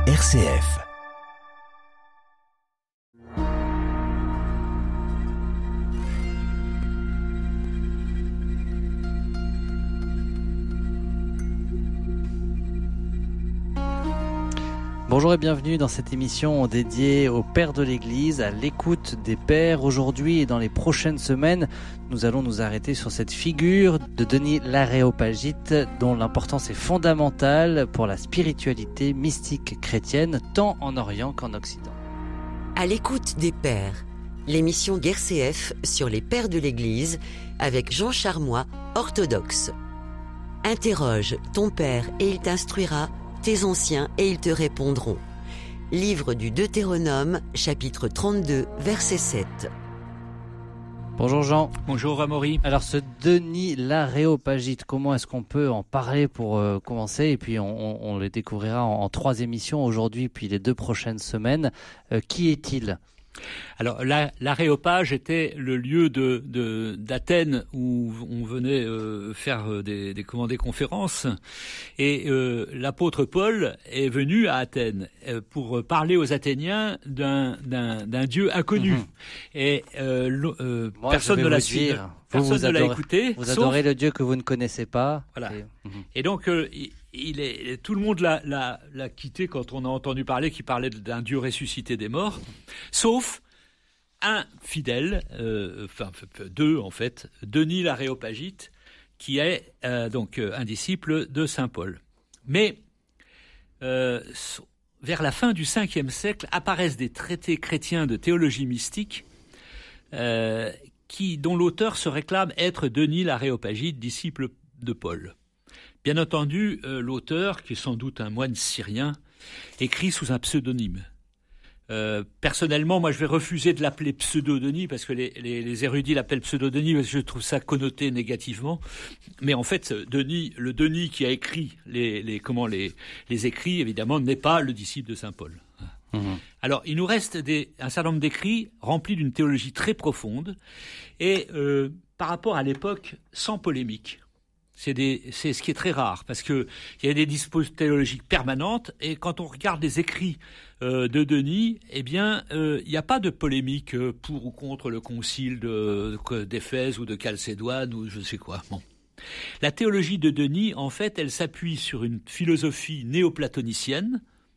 RCF. Bonjour et bienvenue dans cette émission dédiée aux pères de l'Église, à l'écoute des pères. Aujourd'hui et dans les prochaines semaines, nous allons nous arrêter sur cette figure de Denis l'Aréopagite, dont l'importance est fondamentale pour la spiritualité mystique chrétienne, tant en Orient qu'en Occident. À l'écoute des pères, l'émission d'RCF sur les pères de l'Église avec Jean Charmois, orthodoxe. Interroge ton père et il t'instruira, tes anciens et ils te répondront. Livre du Deutéronome, chapitre 32, verset 7. Bonjour Jean. Bonjour Amaury. Alors ce Denis l'Aréopagite, comment est-ce qu'on peut en parler pour commencer? Et puis on le découvrira en 3 émissions aujourd'hui, puis les 2 prochaines semaines. Qui est-il? Alors l'Aréopage était le lieu d'Athènes où on venait faire des conférences, et l'apôtre Paul est venu à Athènes pour parler aux Athéniens d'un Dieu inconnu. Et personne ne l'a suivi. Personne ne l'a écouté. Vous adorez le Dieu que vous ne connaissez pas. Voilà. Et donc tout le monde l'a quitté quand on a entendu parler qu'il parlait d'un Dieu ressuscité des morts, sauf un fidèle, deux en fait, Denis l'Aréopagite, qui est donc un disciple de saint Paul. Mais vers la fin du 5e siècle apparaissent des traités chrétiens de théologie mystique dont l'auteur se réclame être Denis l'Aréopagite, disciple de Paul. Bien entendu, l'auteur, qui est sans doute un moine syrien, écrit sous un pseudonyme. Personnellement, moi, je vais refuser de l'appeler pseudo-Denis, parce que les érudits l'appellent pseudo-Denis, parce que je trouve ça connoté négativement. Mais en fait, le Denis qui a écrit les écrits, évidemment, n'est pas le disciple de saint Paul. Alors, il nous reste un certain nombre d'écrits remplis d'une théologie très profonde, et par rapport à l'époque, sans polémique. C'est ce qui est très rare, parce que il y a des dispositions théologiques permanentes, et quand on regarde les écrits de Denis, eh bien, il n'y a pas de polémique pour ou contre le concile d'Éphèse ou de Chalcédoine ou je sais quoi. Bon. La théologie de Denis, en fait, elle s'appuie sur une philosophie néoplatonicienne,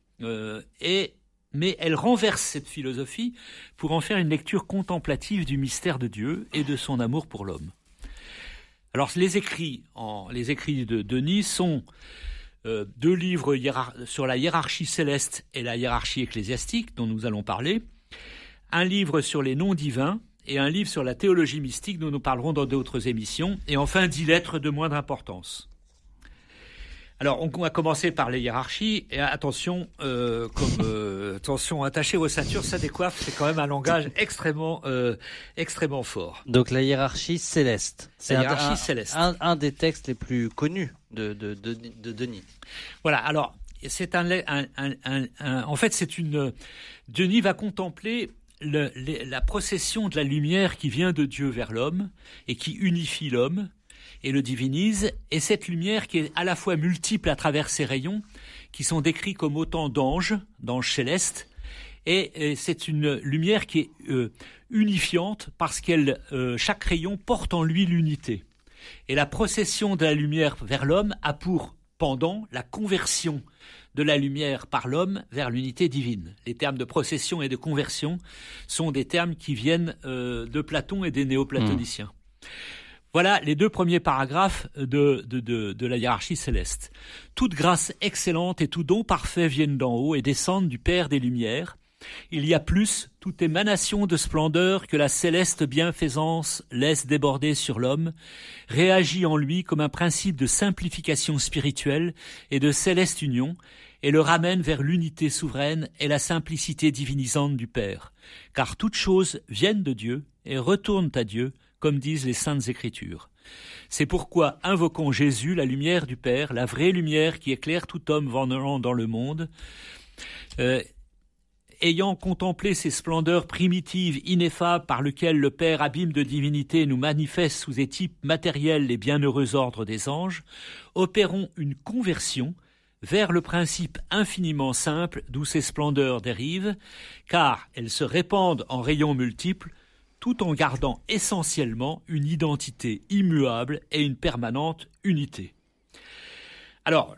mais elle renverse cette philosophie pour en faire une lecture contemplative du mystère de Dieu et de son amour pour l'homme. Alors, les écrits de Denis sont 2 livres sur la hiérarchie céleste et la hiérarchie ecclésiastique, dont nous allons parler, un livre sur les noms divins et un livre sur la théologie mystique, dont nous parlerons dans d'autres émissions, et enfin 10 lettres de moindre importance. Alors, on va commencer par les hiérarchies, et attention, attention, attachez vos ceintures, ça décoiffe, c'est quand même un langage extrêmement fort. Donc la hiérarchie céleste. C'est céleste. Un des textes les plus connus de Denis. Voilà, alors, c'est en fait, Denis va contempler la procession de la lumière qui vient de Dieu vers l'homme, et qui unifie l'homme, et le divinise, et cette lumière qui est à la fois multiple à travers ses rayons, qui sont décrits comme autant d'anges célestes, et c'est une lumière qui est unifiante parce chaque rayon porte en lui l'unité. Et la procession de la lumière vers l'homme a pour pendant la conversion de la lumière par l'homme vers l'unité divine. Les termes de procession et de conversion sont des termes qui viennent de Platon et des néoplatoniciens. Voilà les 2 premiers paragraphes de la hiérarchie céleste. Toute grâce excellente et tout don parfait viennent d'en haut et descendent du Père des Lumières. Il y a plus, toute émanation de splendeur que la céleste bienfaisance laisse déborder sur l'homme, réagit en lui comme un principe de simplification spirituelle et de céleste union, et le ramène vers l'unité souveraine et la simplicité divinisante du Père. Car toutes choses viennent de Dieu et retournent à Dieu, comme disent les Saintes Écritures. C'est pourquoi invoquons Jésus, la lumière du Père, la vraie lumière qui éclaire tout homme venant dans le monde. Ayant contemplé ces splendeurs primitives, ineffables, par lesquelles le Père abîme de divinité nous manifeste sous des types matériels les bienheureux ordres des anges, opérons une conversion vers le principe infiniment simple d'où ces splendeurs dérivent, car elles se répandent en rayons multiples, tout en gardant essentiellement une identité immuable et une permanente unité. Alors,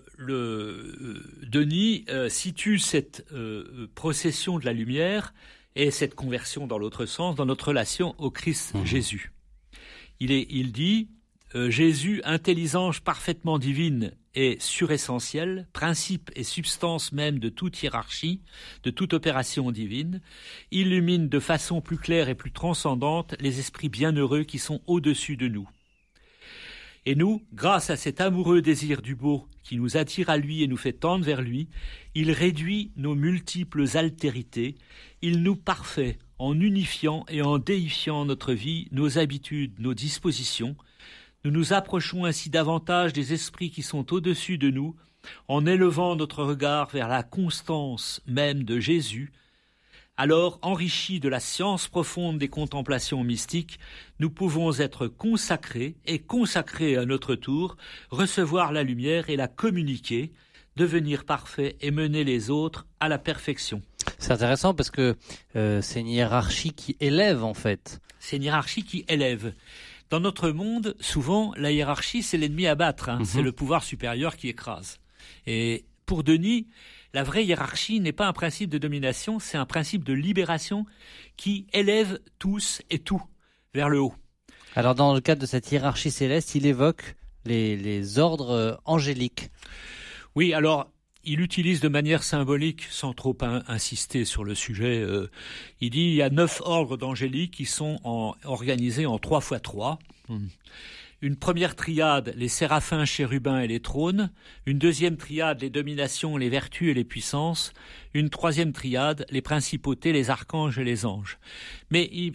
Denis situe cette procession de la lumière et cette conversion dans l'autre sens dans notre relation au Christ Jésus. Il dit Jésus, intelligence parfaitement divine et suressentielle, principe et substance même de toute hiérarchie, de toute opération divine, illumine de façon plus claire et plus transcendante les esprits bienheureux qui sont au-dessus de nous. Et nous, grâce à cet amoureux désir du beau qui nous attire à lui et nous fait tendre vers lui, il réduit nos multiples altérités, il nous parfait en unifiant et en déifiant notre vie, nos habitudes, nos dispositions. Nous nous approchons ainsi davantage des esprits qui sont au-dessus de nous, en élevant notre regard vers la constance même de Jésus. Alors, enrichis de la science profonde des contemplations mystiques, nous pouvons être consacrés et consacrés à notre tour, recevoir la lumière et la communiquer, devenir parfaits et mener les autres à la perfection. C'est intéressant parce que c'est une hiérarchie qui élève en fait. C'est une hiérarchie qui élève. Dans notre monde, souvent, la hiérarchie, c'est l'ennemi à battre. C'est le pouvoir supérieur qui écrase. Et pour Denis, la vraie hiérarchie n'est pas un principe de domination, c'est un principe de libération qui élève tous et tout vers le haut. Alors, dans le cadre de cette hiérarchie céleste, il évoque les ordres angéliques. Oui, alors, il utilise de manière symbolique, sans trop insister sur le sujet, il dit il y a 9 ordres d'angéliques qui sont organisés en 3 x 3. Une première triade, les séraphins, chérubins et les trônes. Une deuxième triade, les dominations, les vertus et les puissances. Une troisième triade, les principautés, les archanges et les anges. Mais il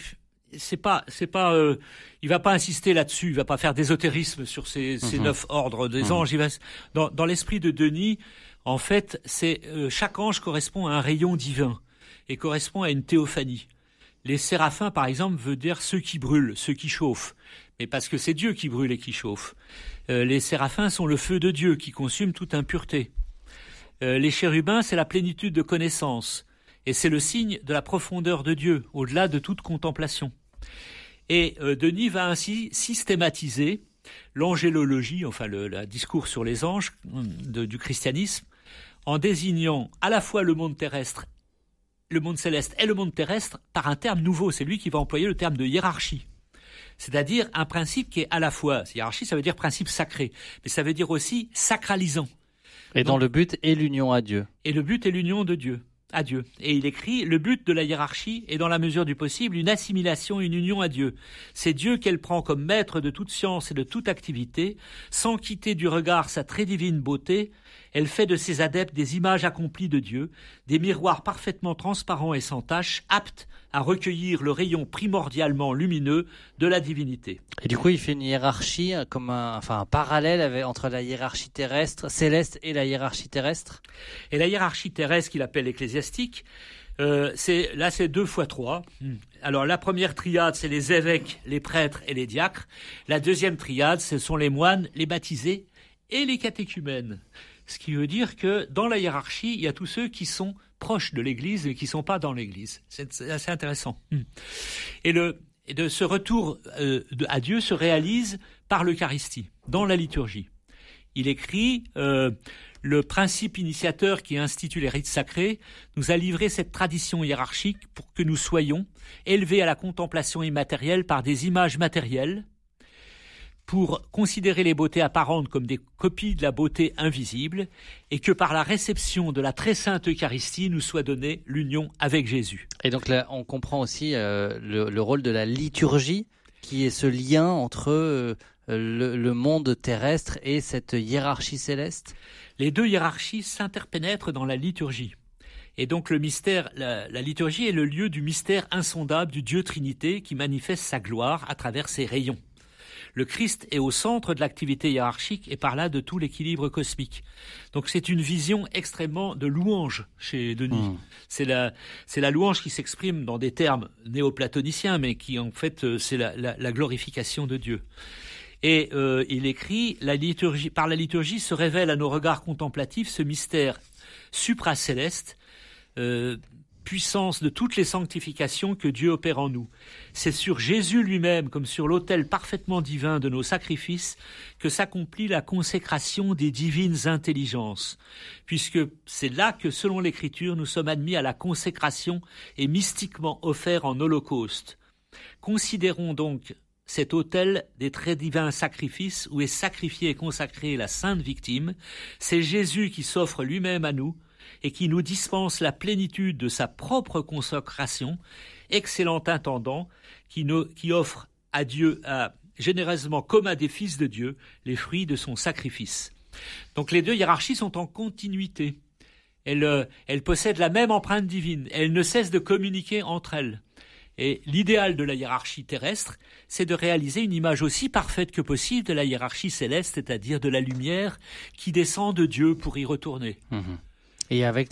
va pas insister là-dessus, il va pas faire d'ésotérisme sur ces 9 ordres des anges. Dans l'esprit de Denis, en fait, chaque ange correspond à un rayon divin et correspond à une théophanie. Les séraphins, par exemple, veut dire ceux qui brûlent, ceux qui chauffent, mais parce que c'est Dieu qui brûle et qui chauffe. Les séraphins sont le feu de Dieu qui consume toute impureté. Les chérubins, c'est la plénitude de connaissance, et c'est le signe de la profondeur de Dieu, au-delà de toute contemplation. Et Denis va ainsi systématiser l'angélologie, enfin le discours sur les anges du christianisme, en désignant à la fois le monde terrestre, le monde céleste et le monde terrestre par un terme nouveau. C'est lui qui va employer le terme de hiérarchie. C'est-à-dire un principe qui est à la fois, hiérarchie ça veut dire principe sacré, mais ça veut dire aussi sacralisant. Et dont le but est l'union à Dieu. Et le but est l'union de Dieu, à Dieu. Et il écrit, le but de la hiérarchie est dans la mesure du possible une assimilation, une union à Dieu. C'est Dieu qu'elle prend comme maître de toute science et de toute activité, sans quitter du regard sa très divine beauté. Elle fait de ses adeptes des images accomplies de Dieu, des miroirs parfaitement transparents et sans tache, aptes à recueillir le rayon primordialement lumineux de la divinité. Et du coup, il fait une hiérarchie comme un parallèle entre la hiérarchie terrestre, céleste et la hiérarchie terrestre. Et la hiérarchie terrestre qu'il appelle ecclésiastique, c'est 2 x 3. Alors la première triade, c'est les évêques, les prêtres et les diacres. La deuxième triade, ce sont les moines, les baptisés et les catéchumènes. Ce qui veut dire que dans la hiérarchie, il y a tous ceux qui sont proches de l'Église et qui ne sont pas dans l'Église. C'est assez intéressant. Et ce retour à Dieu se réalise par l'Eucharistie, dans la liturgie. Il écrit le principe initiateur qui institue les rites sacrés nous a livré cette tradition hiérarchique pour que nous soyons élevés à la contemplation immatérielle par des images matérielles, pour considérer les beautés apparentes comme des copies de la beauté invisible, et que par la réception de la très sainte Eucharistie nous soit donnée l'union avec Jésus. Et donc là, on comprend aussi le rôle de la liturgie, qui est ce lien entre le monde terrestre et cette hiérarchie céleste. Les deux hiérarchies s'interpénètrent dans la liturgie. Et donc le mystère, la liturgie est le lieu du mystère insondable du Dieu Trinité qui manifeste sa gloire à travers ses rayons. Le Christ est au centre de l'activité hiérarchique et par là de tout l'équilibre cosmique. Donc c'est une vision extrêmement de louange chez Denis. C'est la louange qui s'exprime dans des termes néoplatoniciens, mais qui en fait c'est la glorification de Dieu. Et il écrit, par la liturgie se révèle à nos regards contemplatifs ce mystère supracéleste, puissance de toutes les sanctifications que Dieu opère en nous. C'est sur Jésus lui-même, comme sur l'autel parfaitement divin de nos sacrifices, que s'accomplit la consécration des divines intelligences, puisque c'est là que, selon l'Écriture, nous sommes admis à la consécration et mystiquement offerts en holocauste. Considérons donc cet autel des très divins sacrifices où est sacrifiée et consacrée la sainte victime. C'est Jésus qui s'offre lui-même à nous et qui nous dispense la plénitude de sa propre consécration, excellent intendant, qui offre à Dieu généreusement comme à des fils de Dieu les fruits de son sacrifice. Donc les deux hiérarchies sont en continuité. Elles possèdent la même empreinte divine. Elles ne cessent de communiquer entre elles. Et l'idéal de la hiérarchie terrestre, c'est de réaliser une image aussi parfaite que possible de la hiérarchie céleste, c'est-à-dire de la lumière qui descend de Dieu pour y retourner. Et avec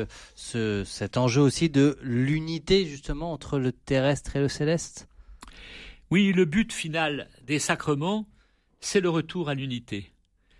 cet enjeu aussi de l'unité justement entre le terrestre et le céleste. Oui, le but final des sacrements, c'est le retour à l'unité.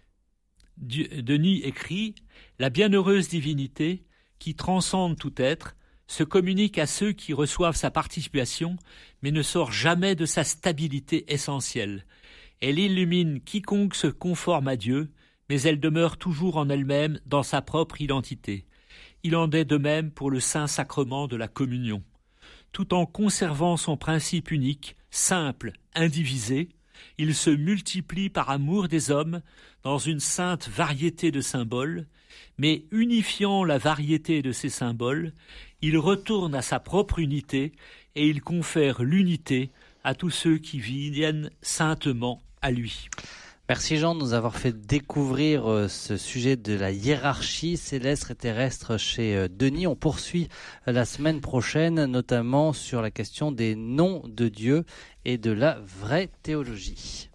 Denis écrit « La bienheureuse divinité, qui transcende tout être, se communique à ceux qui reçoivent sa participation, mais ne sort jamais de sa stabilité essentielle. Elle illumine quiconque se conforme à Dieu, mais elle demeure toujours en elle-même dans sa propre identité. Il en est de même pour le saint sacrement de la communion. Tout en conservant son principe unique, simple, indivisé, il se multiplie par amour des hommes dans une sainte variété de symboles, mais unifiant la variété de ces symboles, il retourne à sa propre unité et il confère l'unité à tous ceux qui viennent saintement à lui. Merci Jean de nous avoir fait découvrir ce sujet de la hiérarchie céleste et terrestre chez Denis. On poursuit la semaine prochaine, notamment sur la question des noms de Dieu et de la vraie théologie.